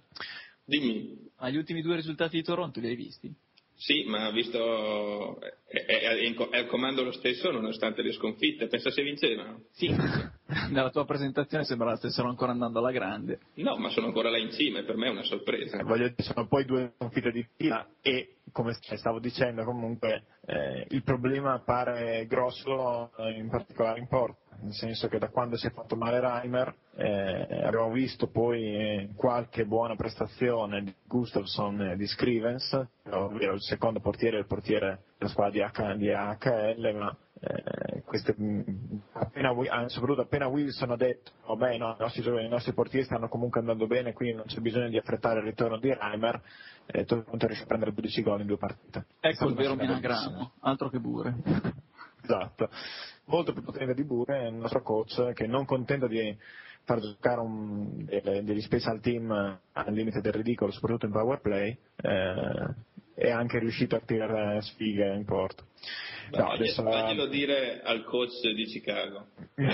Dimmi. ma gli ultimi due risultati di Toronto li hai visti? Sì, ma visto è, è, è in co- è al comando lo stesso nonostante le sconfitte. Pensa se vincevano? Sì, nella tua presentazione sembrava stessero ancora andando alla grande. No, ma sono ancora là in cima e per me è una sorpresa. Eh, voglio dire, sono poi due sconfitte di fila e, come stavo dicendo, comunque eh, il problema appare grosso eh, in particolare in porta, nel senso che da quando si è fatto male Reimer eh, abbiamo visto poi eh, qualche buona prestazione di Gustafsson e di Scrivens, ovvero il secondo portiere e il portiere della squadra di, H, di A H L, ma eh, queste, appena, soprattutto appena Wilson ha detto vabbè no, i, nostri, i nostri portieri stanno comunque andando bene, quindi non c'è bisogno di affrettare il ritorno di Reimer, eh, Toronto riesce a prendere dodici gol in due partite. Ecco il vero Bellissimo. minagramo, altro che Bure. Esatto, molto più potente di Bure, il nostro coach che non contento di far giocare un, delle, degli special team al limite del ridicolo, soprattutto in power play, eh, è anche riuscito a tirare sfighe in porto. No, adesso Faglielo dire al coach di Chicago,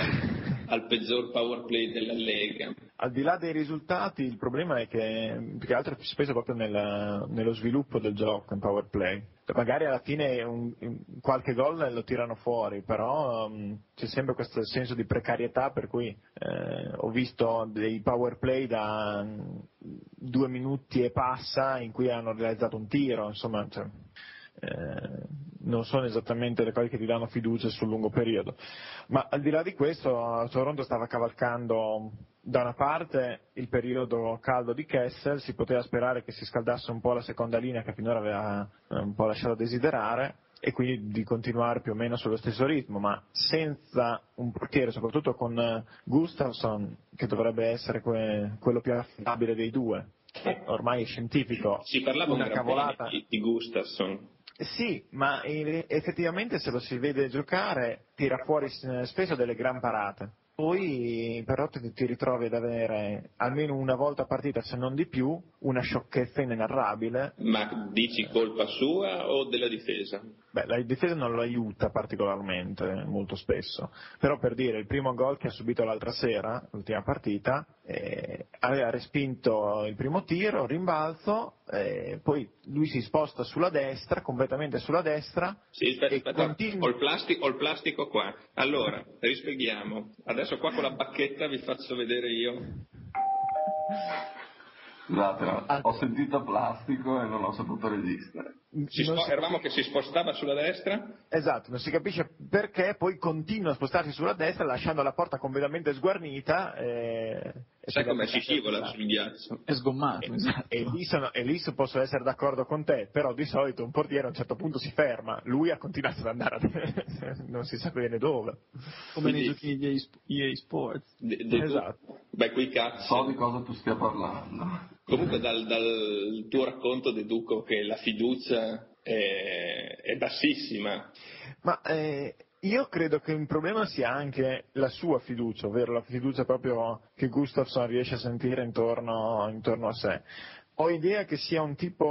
al peggior power play della Lega. Al di là dei risultati, il problema è che più che altro è speso proprio nel, nello sviluppo del gioco in power play. Magari alla fine un, qualche gol lo tirano fuori, però um, c'è sempre questo senso di precarietà per cui eh, ho visto dei power play da um, due minuti e passa in cui hanno realizzato un tiro, insomma, cioè, eh, non sono esattamente le cose che ti danno fiducia sul lungo periodo. Ma al di là di questo, Toronto stava cavalcando da una parte il periodo caldo di Kessel, si poteva sperare che si scaldasse un po' la seconda linea che finora aveva un po' lasciato a desiderare e quindi di continuare più o meno sullo stesso ritmo, ma senza un portiere, soprattutto con Gustafsson, che dovrebbe essere que- quello più affidabile dei due, che ormai è scientifico. Si parlava una un gran cavolata. bene di, di Gustafsson. Sì, ma in- effettivamente se lo si vede giocare tira fuori s- spesso delle gran parate. poi però ti, ti ritrovi ad avere almeno una volta a partita, se non di più, una sciocchezza inenarrabile. Ma dici colpa sua o della difesa? Beh, la difesa non lo aiuta particolarmente, molto spesso, però per dire, il primo gol che ha subito l'altra sera, l'ultima partita, eh, aveva respinto il primo tiro, rimbalzo, eh, poi lui si sposta sulla destra, completamente sulla destra. Sì, aspetta, e aspetta, continua... ho, il plastico, ho il plastico qua. Allora, rispieghiamo. Adesso qua con la bacchetta vi faccio vedere io. Scusate, Ah. ho sentito plastico e non ho saputo resistere. Si spo- si... Eravamo che si spostava sulla destra? Esatto, non si capisce perché, poi continua a spostarsi sulla destra lasciando la porta completamente sguarnita. E... Sai come si scivola sul ghiaccio? È sgommato, E, esatto. e, lì sono, e lì so- posso essere d'accordo con te, però di solito un portiere a un certo punto si ferma, lui ha continuato ad andare a... non si sa bene dove. Come Quindi- nei giochi di E A Sports. De- de- Esatto. Beh, quei cazzi. So di cosa tu stia parlando. Comunque dal, dal tuo racconto deduco che la fiducia è, è bassissima. Ma eh, io credo che un problema sia anche la sua fiducia, ovvero la fiducia proprio che Gustafsson riesce a sentire intorno, intorno a sé. Ho idea che sia un tipo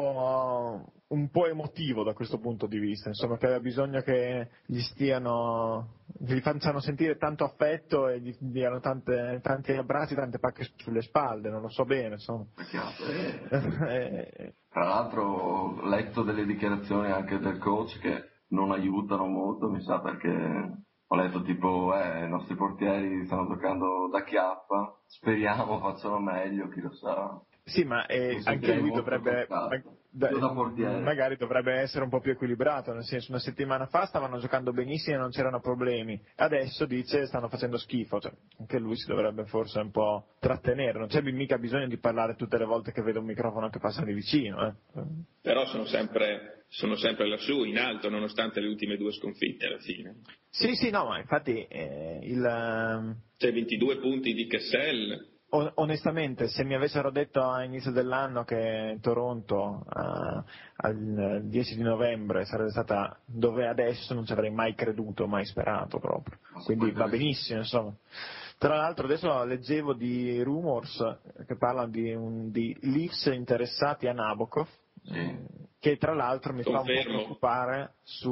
uh, un po' emotivo da questo punto di vista, insomma, che aveva bisogno che gli stiano, gli facciano sentire tanto affetto e gli diano tante, tanti abbracci, tante pacche sulle spalle, non lo so bene, insomma. È chiaro. Eh, Tra l'altro ho letto delle dichiarazioni anche del coach che non aiutano molto, mi sa, perché ho letto tipo eh, i nostri portieri stanno giocando da chiappa, speriamo facciano meglio, chi lo sa. Sì, ma eh, Mi anche sentirei lui molto dovrebbe, toccato. da- Io da portiere. magari dovrebbe essere un po' più equilibrato, nel senso, una settimana fa stavano giocando benissimo e non c'erano problemi, adesso dice stanno facendo schifo, cioè, anche lui si dovrebbe forse un po' trattenere, non c'è mica bisogno di parlare tutte le volte che vede un microfono che passa di vicino. Eh. Però sono sempre, sono sempre lassù, in alto, nonostante le ultime due sconfitte alla fine. Sì, sì, no, ma infatti eh, il... C'è ventidue punti di Kessel. Onestamente, se mi avessero detto all'inizio dell'anno che Toronto uh, al dieci di novembre sarebbe stata dove è adesso, non ci avrei mai creduto, mai sperato proprio. Quindi va benissimo, insomma. Tra l'altro adesso leggevo di rumors che parlano di, un, di Leafs interessati a Nabokov, Sì. che tra l'altro mi fa un po' Confermo. preoccupare su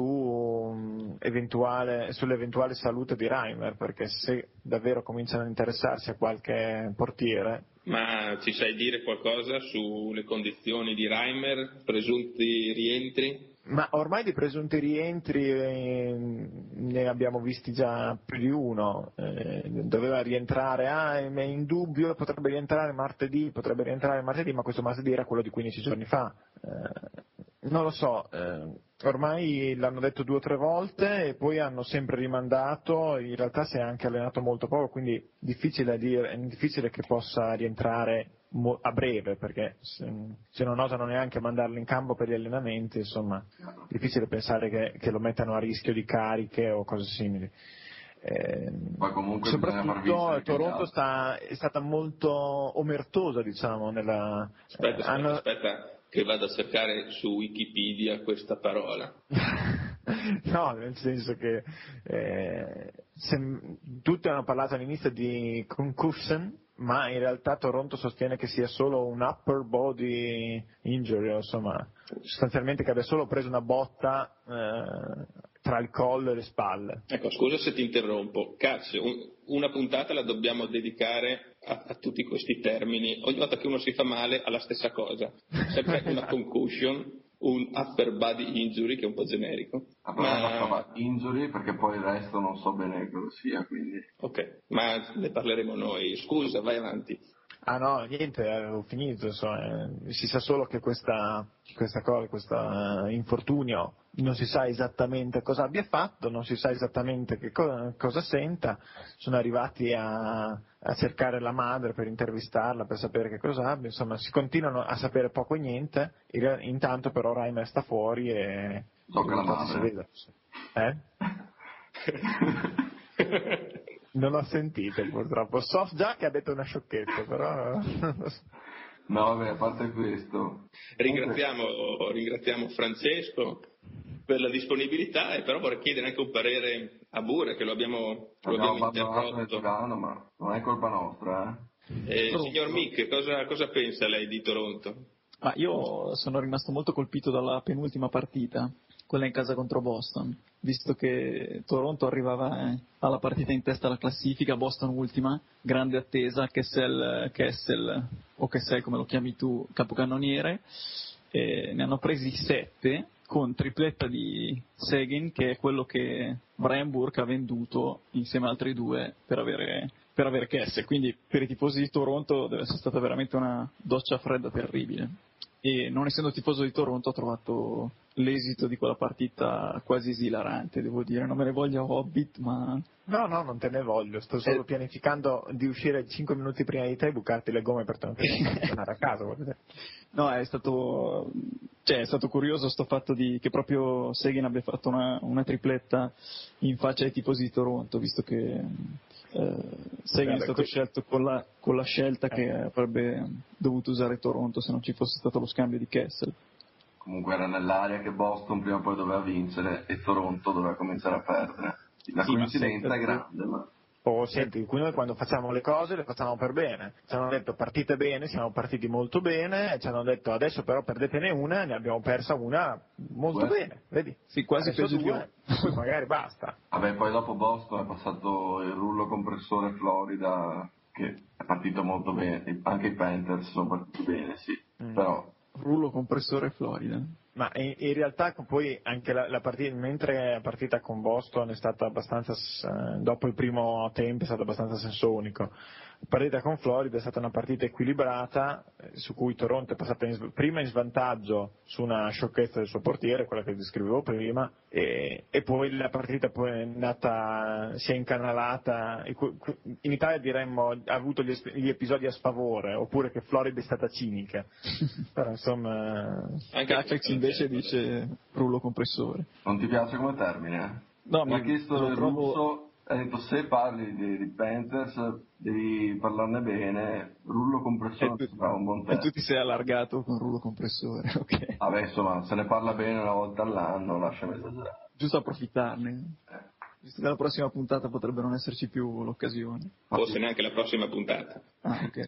um, eventuale, sull'eventuale salute di Reimer, perché se davvero cominciano a interessarsi a qualche portiere. Ma ci sai dire qualcosa sulle condizioni di Reimer, presunti rientri? Ma ormai di presunti rientri eh, ne abbiamo visti già più di uno, eh, doveva rientrare, ah, è in dubbio, potrebbe rientrare martedì, potrebbe rientrare martedì, ma questo martedì era quello di quindici giorni fa. Eh, non lo so, eh, ormai l'hanno detto due o tre volte e poi hanno sempre rimandato, in realtà si è anche allenato molto poco, quindi difficile dire, è difficile che possa rientrare a breve, perché se, se non osano neanche mandarlo in campo per gli allenamenti, insomma, difficile pensare che, che lo mettano a rischio di cariche o cose simili. Eh, Ma comunque bisogna far vincere soprattutto che Toronto gli sta, è stata molto omertosa, diciamo, nella... Aspetta, eh, aspetta, hanno... aspetta, che vado a cercare su Wikipedia questa parola. No, nel senso che eh, se, tutti hanno parlato all'inizio di concussion, ma in realtà Toronto sostiene che sia solo un upper body injury, insomma, sostanzialmente che abbia solo preso una botta eh, tra il collo e le spalle. Ecco, scusa se ti interrompo. Cazzo, un, una puntata la dobbiamo dedicare a, a tutti questi termini. Ogni volta che uno si fa male ha la stessa cosa. Sempre una concussion, un upper body injury, che è un po' generico. Ah, ma... ma injury, perché poi il resto non so bene cosa sia, quindi... Ok, ma ne parleremo noi. Scusa, vai avanti. Ah no, niente, avevo finito, insomma, eh, si sa solo che questa, questa cosa, questo uh, infortunio non si sa esattamente cosa abbia fatto, non si sa esattamente che co- cosa senta, sono arrivati a, a cercare la madre per intervistarla, per sapere che cosa abbia, insomma si continuano a sapere poco e niente, intanto però Reimer sta fuori e... Tocca la madre. Eh? Non ho sentito purtroppo, so già che ha detto una sciocchezza, però... No, vabbè, a parte questo... Ringraziamo, ringraziamo Francesco. per la disponibilità, e però vorrei chiedere anche un parere a Bure, che lo abbiamo, lo abbiamo interrotto. Ma non è colpa nostra, eh? Eh, signor Mick, cosa, cosa pensa lei di Toronto? Ah, io sono rimasto molto colpito dalla penultima partita, quella in casa contro Boston, visto che Toronto arrivava eh, alla partita in testa alla classifica, Boston ultima, grande attesa, Kessel, Kessel o Kessel come lo chiami tu, capocannoniere, e ne hanno presi sette con tripletta di Seguin, che è quello che Brian Burke ha venduto insieme ad altri due per avere, per avere Kessel, quindi per i tifosi di Toronto deve essere stata veramente una doccia fredda terribile. E non essendo tifoso di Toronto ho trovato l'esito di quella partita quasi esilarante, devo dire, non me ne voglio Hobbit, ma... No, no, non te ne voglio, sto solo eh... pianificando di uscire cinque minuti prima di te e bucarti le gomme per tornare a casa. No, è stato, cioè, è stato curioso sto fatto di che proprio Seguin abbia fatto una, una tripletta in faccia ai tifosi di Toronto, visto che eh, Seguin è stato qui... scelto con la, con la scelta eh. che avrebbe dovuto usare Toronto se non ci fosse stato lo scambio di Kessel. Comunque era nell'aria che Boston prima o poi doveva vincere e Toronto doveva cominciare a perdere. La sì, coincidenza è grande, ma... Oh, senti, noi quando facciamo le cose le facciamo per bene. Ci hanno detto partite bene, siamo partiti molto bene, e ci hanno detto adesso però perdetene una, ne abbiamo persa una molto Beh. bene, vedi? Sì, quasi peggio di due, poi magari basta. Vabbè, poi dopo Boston è passato il rullo compressore Florida, che è partito molto bene, anche i Panthers sono partiti bene, sì, mm. però... Rullo compressore Florida. Ma in, in realtà poi anche la, la partita, mentre la partita con Boston è stata abbastanza, eh, dopo il primo tempo è stata abbastanza senso unico. La partita con Florida è stata una partita equilibrata, eh, su cui Toronto è passata in, prima in svantaggio su una sciocchezza del suo portiere, quella che descrivevo prima, e, e poi la partita poi è andata, si è incanalata, in Italia diremmo ha avuto gli, gli episodi a sfavore, oppure che Florida è stata cinica. Però insomma... Anche Apex invece dice rullo compressore. Non ti piace come termine? No, mi ha chiesto il trovo... russo... Ha detto se parli di, di Panthers devi parlarne bene, rullo compressore sarà un buon tempo. E tu ti sei allargato con rullo compressore, ok. Vabbè, insomma, se ne parla bene una volta all'anno, lasciami esagerare. Giusto approfittarne. Eh. Visto che la prossima puntata potrebbe non esserci più l'occasione. Forse neanche la prossima puntata. Ah, ok.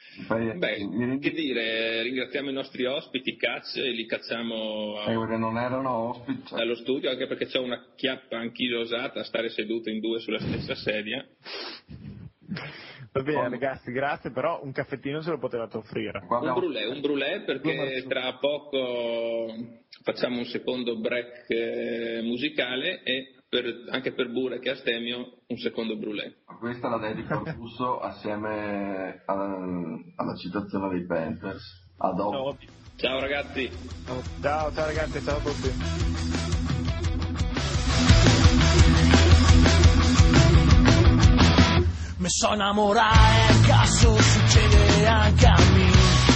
Beh, che dire, ringraziamo i nostri ospiti, Cazzo, e li cacciamo a... eh, non erano ospiti dallo studio, anche perché c'ho una chiappa anch'io osata a stare seduto in due sulla stessa sedia. Va bene, oh. Ragazzi, grazie, però un caffettino se lo potevate offrire. Un brulè, un brulè perché tra poco facciamo un secondo break eh, musicale e per, anche per Bure che ha Stemio un secondo brulè. Questa la dedico al Russo assieme alla, alla citazione dei Panthers. A dopo. Ciao ragazzi. Ciao, ciao ragazzi, ciao a tutti. Mi so innamorare, caso succede anche a me.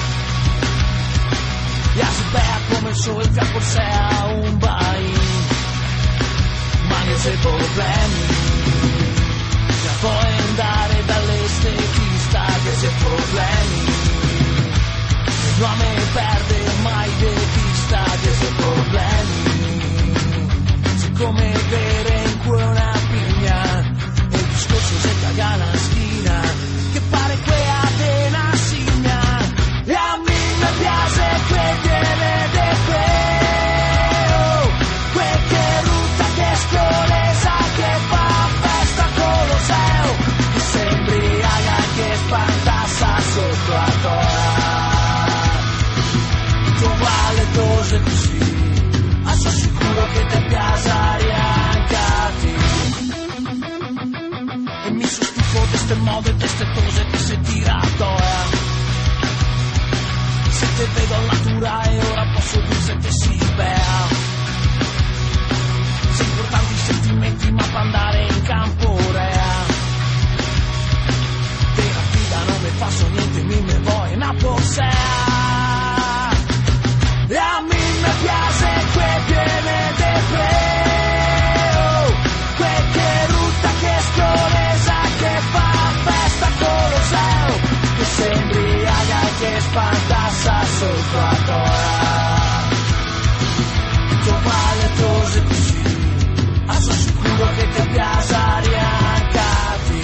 Ya supera come il sole che forse ha un bain. Ma che sei problemi. Ya puoi andare dall'estetista che sei problemi. Non mi perde mai di vista che sei problemi. Sei come bere in cuore una pigna. Il discorso si caga la schina. Che pare che appena signa. E a me mi piace che viene de queo. Quel che rutta che scrolesa che fa festa Colosseo. Che sembri aga che spantassa sotto la tora. Tu vale cose così. Ma sono sicuro che ti piaceria anche a te. E mi sono stufo di ste mode, di ste cose che si tirato, eh. Se te vedo natura e ora posso dire se te si bea. Se importanti i sentimenti ma per andare in campo rea. Te la fida non mi faccio niente, mi me voglio una posea. E a me mi piace quel viene de preo. Quel che rutta che scrolesa che fa festa Colosseo. Che sembri aga che spantassa sotto la tora. Tu vale cose te piace riancati.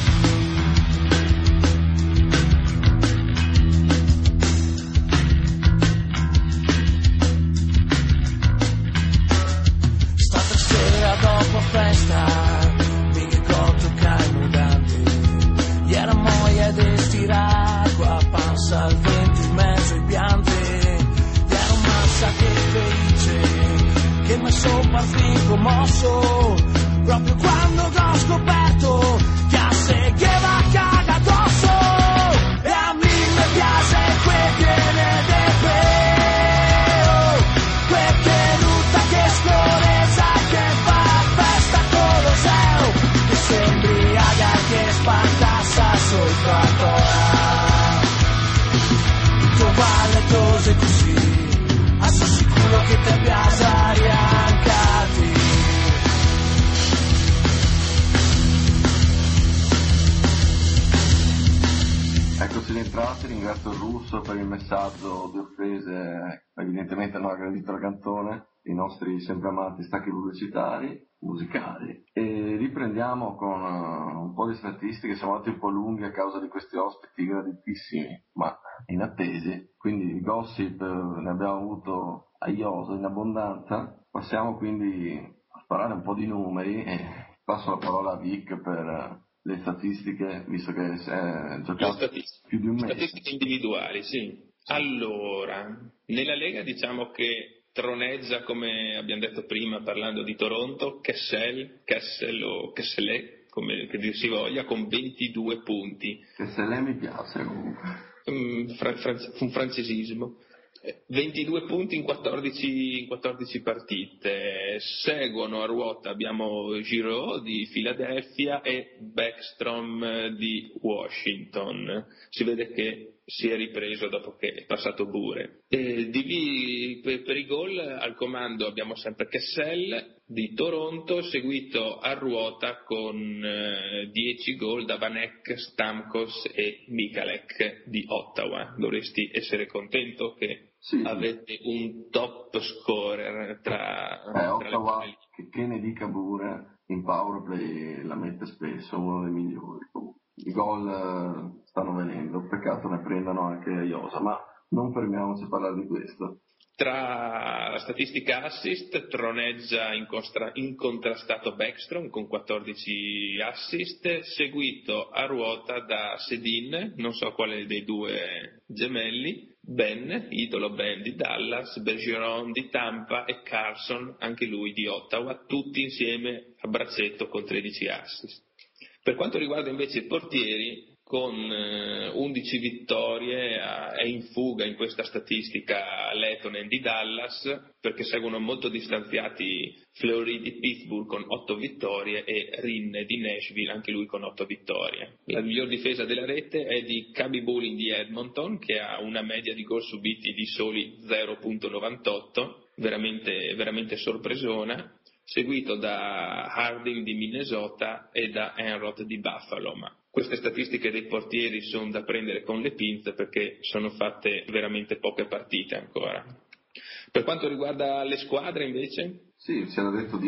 Stasera dopo festa mi ricordo che ai mudanti era moglie di stiracqua, panza al vento in mezzo ai pianti. Era un massa che felice che mi sono partito commosso proprio quando t'ho scoperto che a se che va caga addosso. E a me mi piace quel viene de quel quel che lutta che scorreza che fa festa Colosseo, che sembri aga che spantassa sul fatto. Vale cose così, asso sicuro che te piace riancati. Eccoci rientrati, ringrazio il Russo per il messaggio di offese, evidentemente non ha gradito la canzone, i nostri sempre amati stacchi pubblicitari, musicali. E riprendiamo con uh, un po' di statistiche, siamo andati un po' lunghi a causa di questi ospiti graditissimi, ma inattesi, quindi il gossip ne abbiamo avuto a ioso in abbondanza. Passiamo quindi a sparare un po' di numeri e passo la parola a Vic per uh, le statistiche, visto che è giocato statistiche, più di un mese. Statistiche individuali, sì. Allora, nella Lega diciamo che troneggia, come abbiamo detto prima parlando di Toronto, Kessel, Kessel o Kesselé, come che dir si voglia, con ventidue punti. Kesselé mi piace comunque. Mm, fra, fra, un francesismo. ventidue punti in quattordici, in quattordici partite. Seguono a ruota abbiamo Giroud di Philadelphia e Backstrom di Washington. Si vede che si è ripreso dopo che è passato Bure. E di, per, per i gol al comando abbiamo sempre Kessel di Toronto, seguito a ruota con eh, dieci gol da Vanek, Stamkos e Michalek di Ottawa. Dovresti essere contento che sì, avete un top scorer tra, eh, tra Ottawa, le che, che ne dica Bure, in power play la mette spesso, uno dei migliori. I gol uh, stanno venendo, peccato ne prendano anche a Iosa, ma non fermiamoci a parlare di questo. Tra la statistica assist troneggia incostra- incontrastato Backstrom con quattordici assist, seguito a ruota da Sedin, non so quale dei due gemelli, Ben, idolo Ben di Dallas, Bergeron di Tampa e Carson, anche lui di Ottawa, tutti insieme a braccetto con tredici assist. Per quanto riguarda invece i portieri, con eh, undici vittorie eh, è in fuga in questa statistica Lehtonen di Dallas, perché seguono molto distanziati Fleury di Pittsburgh con otto vittorie e Rinne di Nashville, anche lui con otto vittorie. La miglior difesa della rete è di Caby Bulling di Edmonton, che ha una media di gol subiti di soli zero virgola novantotto, veramente, veramente sorpresona, seguito da Harding di Minnesota e da Enroth di Buffalo. Ma queste statistiche dei portieri sono da prendere con le pinze perché sono fatte veramente poche partite ancora. Per quanto riguarda le squadre invece? Sì, si era detto di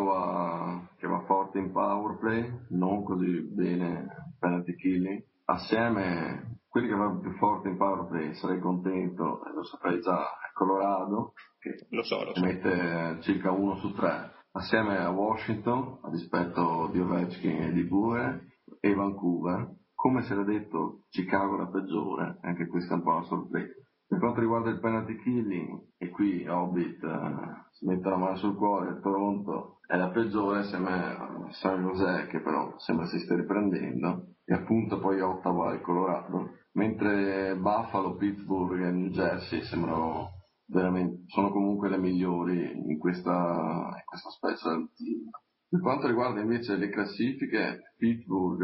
Ottawa che va forte in power play, non così bene penalty killing. Assieme quelli che vanno più forte in power play, sarei contento, lo saprei già, è Colorado, che lo so, lo so. mette circa uno su tre. Assieme a Washington, a dispetto di Ovechkin e di Bure, e Vancouver, come si era detto, Chicago la peggiore, anche questa è un po' una sorpresa. Per quanto riguarda il penalty killing, e qui Hobbit eh, si mette la mano sul cuore, Toronto è la peggiore assieme a San José, che però sembra si stia riprendendo, e appunto poi Ottawa e Colorado, mentre Buffalo, Pittsburgh e New Jersey sembrano veramente, sono comunque le migliori in questa, in questa special team. Per quanto riguarda invece le classifiche, Pittsburgh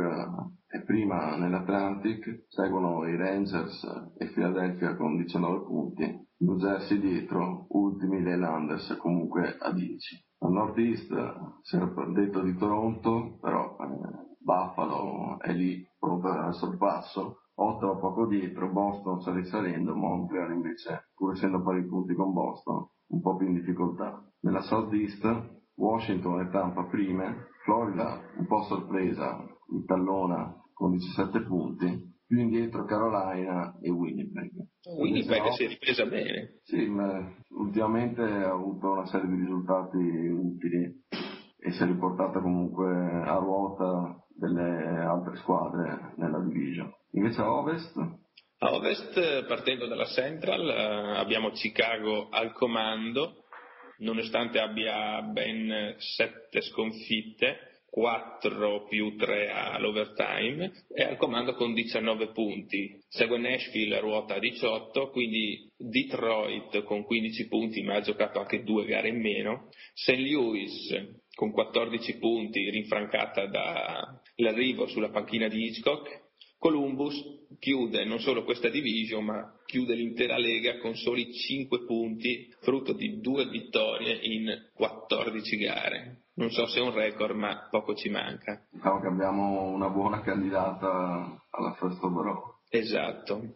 è prima nell'Atlantic, seguono i Rangers e Philadelphia con diciannove punti, New Jersey dietro, ultimi le Landers comunque a dieci. Al nord-est si era detto di Toronto, però eh, Buffalo è lì pronta al sorpasso, Ottawa poco dietro, Boston sta risalendo, Montreal invece, pur essendo pari punti con Boston, un po' più in difficoltà. Nella Southeast Washington e Tampa prime, Florida un po' sorpresa, intallona con diciassette punti, più indietro Carolina e Winnipeg. Winnipeg no, si è ripresa bene. Sì, ma ultimamente ha avuto una serie di risultati utili e si è riportata comunque a ruota delle altre squadre nella division. Invece a Ovest? A Ovest, partendo dalla Central, abbiamo Chicago al comando, nonostante abbia ben sette sconfitte, quattro più tre all'overtime, è al comando con diciannove punti. Segue Nashville a ruota a diciotto, quindi Detroit con quindici punti, ma ha giocato anche due gare in meno. Saint Louis con quattordici punti, rinfrancata dall'arrivo sulla panchina di Hitchcock. Columbus chiude non solo questa division, ma chiude l'intera lega con soli cinque punti, frutto di due vittorie in quattordici gare. Non so se è un record, ma poco ci manca. Diciamo che abbiamo una buona candidata alla first overall. Esatto.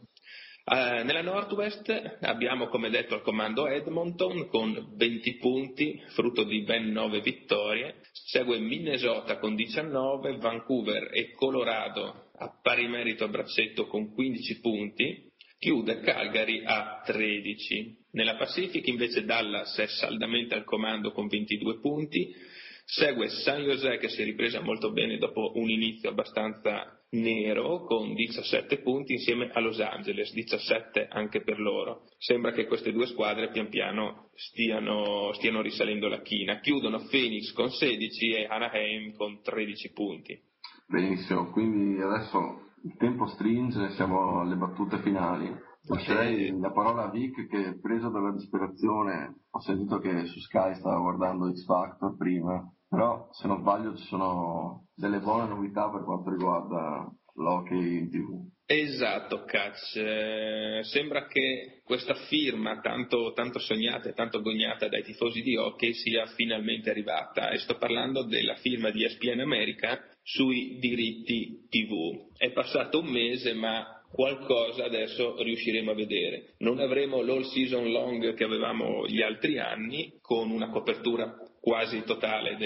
Uh, nella Northwest abbiamo, come detto, al comando Edmonton con venti punti, frutto di ben nove vittorie. Segue Minnesota con diciannove, Vancouver e Colorado a pari merito a braccetto con quindici punti. Chiude Calgary a tredici. Nella Pacific invece Dallas è saldamente al comando con ventidue punti. Segue San Jose, che si è ripresa molto bene dopo un inizio abbastanza nero, con diciassette punti, insieme a Los Angeles, diciassette anche per loro. Sembra che queste due squadre pian piano stiano, stiano risalendo la china. Chiudono Phoenix con sedici e Anaheim con tredici punti. Benissimo, quindi adesso il tempo stringe, siamo alle battute finali. Lascerei la parola a Vic, che, preso dalla disperazione, ho sentito che su Sky stava guardando X Factor prima, però se non sbaglio ci sono delle buone novità per quanto riguarda l'hockey in tivù. Esatto, Catch. Eh, sembra che questa firma tanto, tanto sognata e tanto agognata dai tifosi di hockey sia finalmente arrivata, e sto parlando della firma di E S P N America sui diritti tivù. È passato un mese, ma qualcosa adesso riusciremo a vedere. Non avremo l'all season long che avevamo gli altri anni, con una copertura quasi totale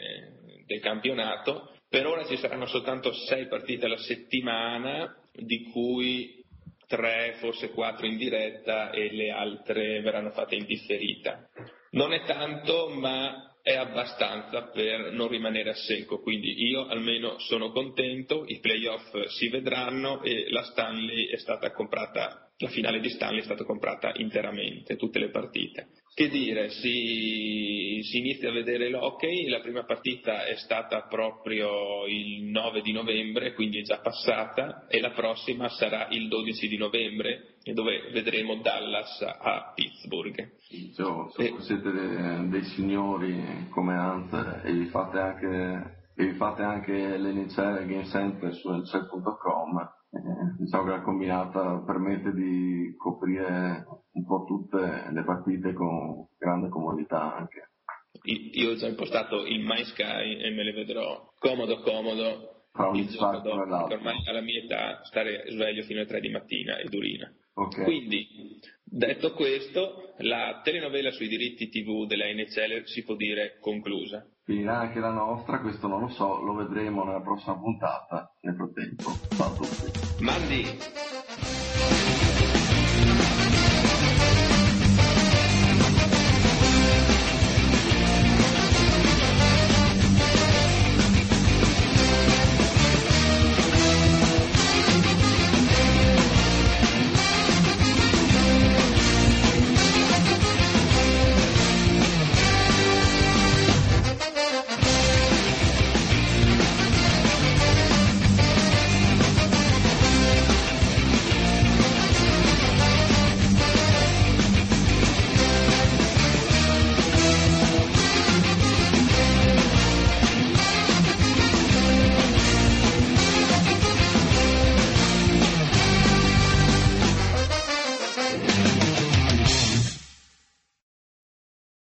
de, del campionato. Per ora ci saranno soltanto sei partite alla settimana, di cui tre, forse quattro in diretta, e le altre verranno fatte in differita. Non è tanto, ma è abbastanza per non rimanere a secco, quindi io almeno sono contento. I playoff si vedranno e la Stanley è stata comprata, la finale di Stanley è stata comprata interamente, tutte le partite. Che dire, si, si inizia a vedere l'hockey. La prima partita è stata proprio il nove di novembre, quindi è già passata, e la prossima sarà il dodici di novembre, dove vedremo Dallas a Pittsburgh. Cioè, se e... siete dei, dei signori come Hunter e vi fate anche, e vi fate anche l'N H L Game Center su N H L punto com, eh, diciamo che la combinata permette di coprire un po' tutte le partite con grande comodità anche. Io ho già impostato il My Sky e me le vedrò comodo comodo fra un il giorno dopo, perché ormai alla mia età stare sveglio fino alle tre di mattina è durina. Okay. Quindi, detto questo, la telenovela sui diritti tivù della N H L si può dire conclusa. Finirà anche la nostra, questo non lo so, lo vedremo nella prossima puntata. Nel frattempo, ciao a tutti. Mandi!